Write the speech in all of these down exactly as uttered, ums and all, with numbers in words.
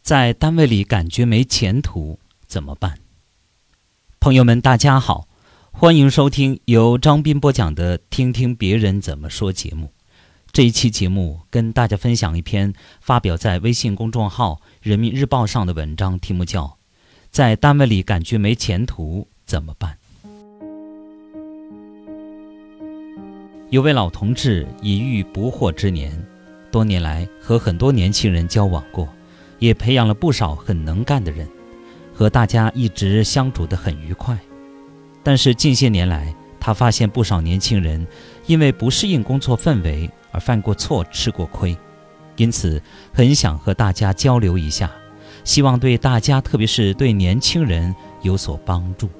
在单位里感觉没前途怎么办？朋友们大家好，欢迎收听由张斌播讲的听听别人怎么说节目。这一期节目跟大家分享一篇发表在微信公众号人民日报上的文章，题目叫在单位里感觉没前途怎么办。有位老同志已逾不惑之年，多年来和很多年轻人交往过，也培养了不少很能干的人，和大家一直相处得很愉快。但是近些年来，他发现不少年轻人因为不适应工作氛围而犯过错，吃过亏，因此很想和大家交流一下，希望对大家，特别是对年轻人有所帮助。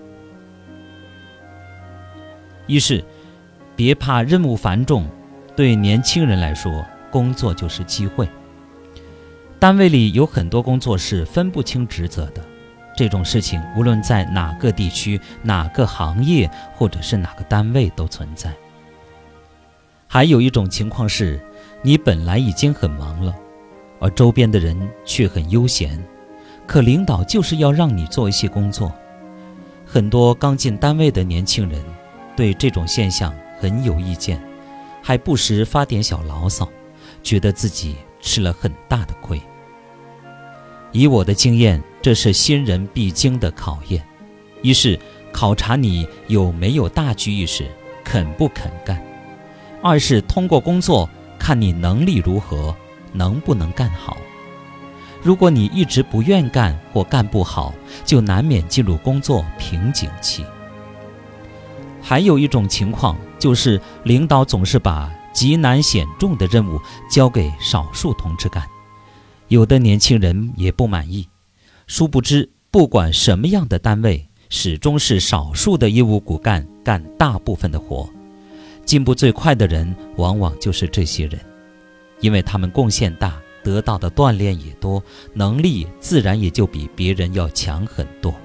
一是别怕任务繁重，对年轻人来说，工作就是机会。单位里有很多工作是分不清职责的，这种事情无论在哪个地区、哪个行业或者是哪个单位都存在。还有一种情况是，你本来已经很忙了，而周边的人却很悠闲，可领导就是要让你做一些工作。很多刚进单位的年轻人对这种现象很有意见，还不时发点小牢骚，觉得自己吃了很大的亏。以我的经验，这是新人必经的考验。一是考察你有没有大局意识，肯不肯干；二是通过工作看你能力如何，能不能干好。如果你一直不愿干或干不好，就难免进入工作瓶颈期。还有一种情况，就是领导总是把极难险重的任务交给少数同志干，有的年轻人也不满意。殊不知，不管什么样的单位，始终是少数的业务骨干干大部分的活。进步最快的人往往就是这些人，因为他们贡献大，得到的锻炼也多，能力自然也就比别人要强很多。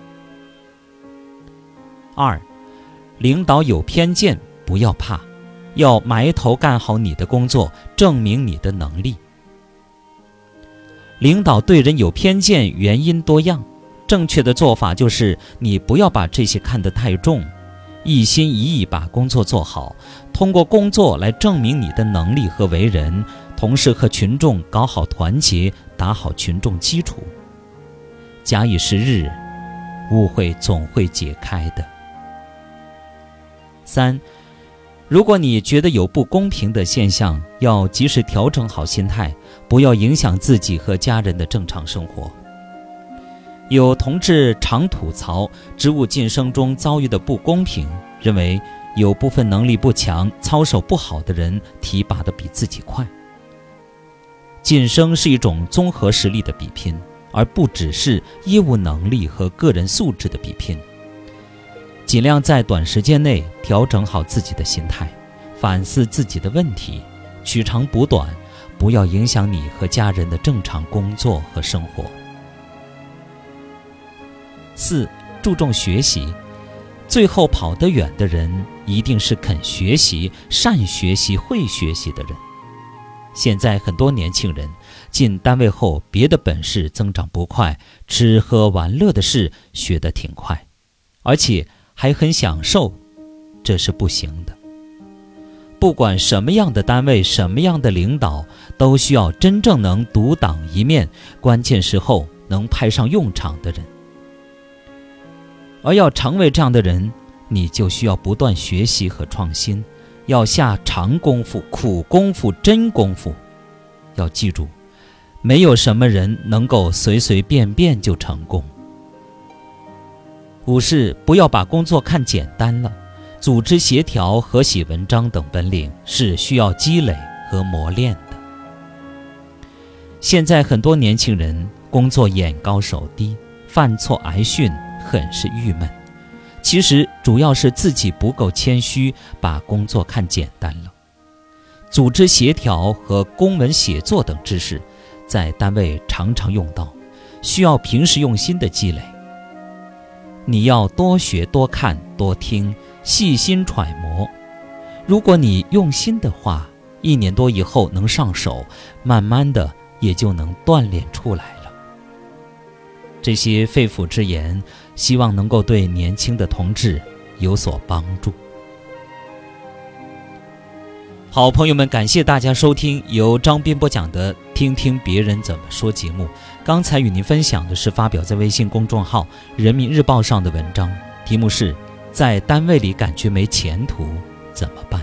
二，领导有偏见不要怕，要埋头干好你的工作，证明你的能力。领导对人有偏见，原因多样，正确的做法就是你不要把这些看得太重，一心一意把工作做好，通过工作来证明你的能力和为人，同时和群众搞好团结，打好群众基础。假以时日，误会总会解开的。三，如果你觉得有不公平的现象，要及时调整好心态，不要影响自己和家人的正常生活。有同志常吐槽职务晋升中遭遇的不公平，认为有部分能力不强、操守不好的人提拔得比自己快。晋升是一种综合实力的比拼，而不只是业务能力和个人素质的比拼。尽量在短时间内调整好自己的心态，反思自己的问题，取长补短，不要影响你和家人的正常工作和生活。四，注重学习，最后跑得远的人一定是肯学习、善学习、会学习的人。现在很多年轻人进单位后，别的本事增长不快，吃喝玩乐的事学得挺快，而且还很享受，这是不行的。不管什么样的单位，什么样的领导，都需要真正能独当一面，关键时候能派上用场的人。而要成为这样的人，你就需要不断学习和创新，要下长功夫、苦功夫、真功夫。要记住，没有什么人能够随随便便就成功。五是不要把工作看简单了，组织协调和写文章等本领是需要积累和磨练的。现在很多年轻人工作眼高手低，犯错挨训，很是郁闷。其实主要是自己不够谦虚，把工作看简单了。组织协调和公文写作等知识在单位常常用到，需要平时用心的积累。你要多学多看多听，细心揣摩。如果你用心的话，一年多以后能上手，慢慢的也就能锻炼出来了。 这些肺腑之言，希望能够对年轻的同志有所帮助。好，朋友们，感谢大家收听由张斌播讲的《听听别人怎么说》节目。刚才与您分享的是发表在微信公众号《人民日报》上的文章，题目是在单位里感觉没前途怎么办。